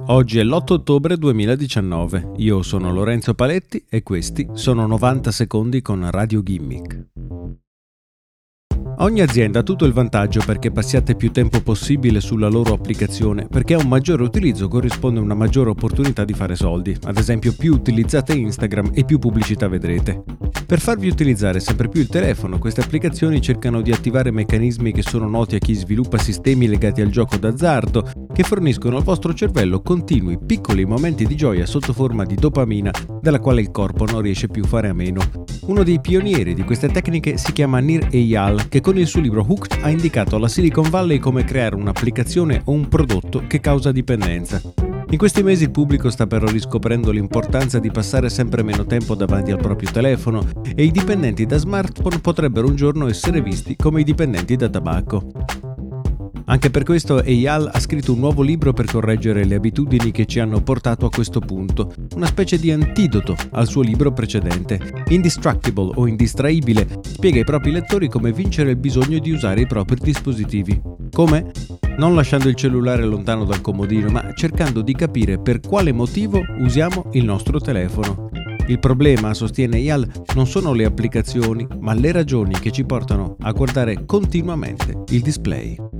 Oggi è l'8 ottobre 2019, io sono Lorenzo Paletti e questi sono 90 secondi con Radio Gimmick. Ogni azienda ha tutto il vantaggio perché passiate più tempo possibile sulla loro applicazione, perché a un maggiore utilizzo corrisponde una maggiore opportunità di fare soldi. Ad esempio, più utilizzate Instagram e più pubblicità vedrete. Per farvi utilizzare sempre più il telefono, queste applicazioni cercano di attivare meccanismi che sono noti a chi sviluppa sistemi legati al gioco d'azzardo, che forniscono al vostro cervello continui piccoli momenti di gioia sotto forma di dopamina, dalla quale il corpo non riesce più a fare a meno. Uno dei pionieri di queste tecniche si chiama Nir Eyal, che con il suo libro Hooked ha indicato alla Silicon Valley come creare un'applicazione o un prodotto che causa dipendenza. In questi mesi il pubblico sta però riscoprendo l'importanza di passare sempre meno tempo davanti al proprio telefono e i dipendenti da smartphone potrebbero un giorno essere visti come i dipendenti da tabacco. Anche per questo Eyal ha scritto un nuovo libro per correggere le abitudini che ci hanno portato a questo punto, una specie di antidoto al suo libro precedente. Indestructible o indistraibile spiega ai propri lettori come vincere il bisogno di usare i propri dispositivi. Come? Non lasciando il cellulare lontano dal comodino, ma cercando di capire per quale motivo usiamo il nostro telefono. Il problema, sostiene Eyal, non sono le applicazioni, ma le ragioni che ci portano a guardare continuamente il display.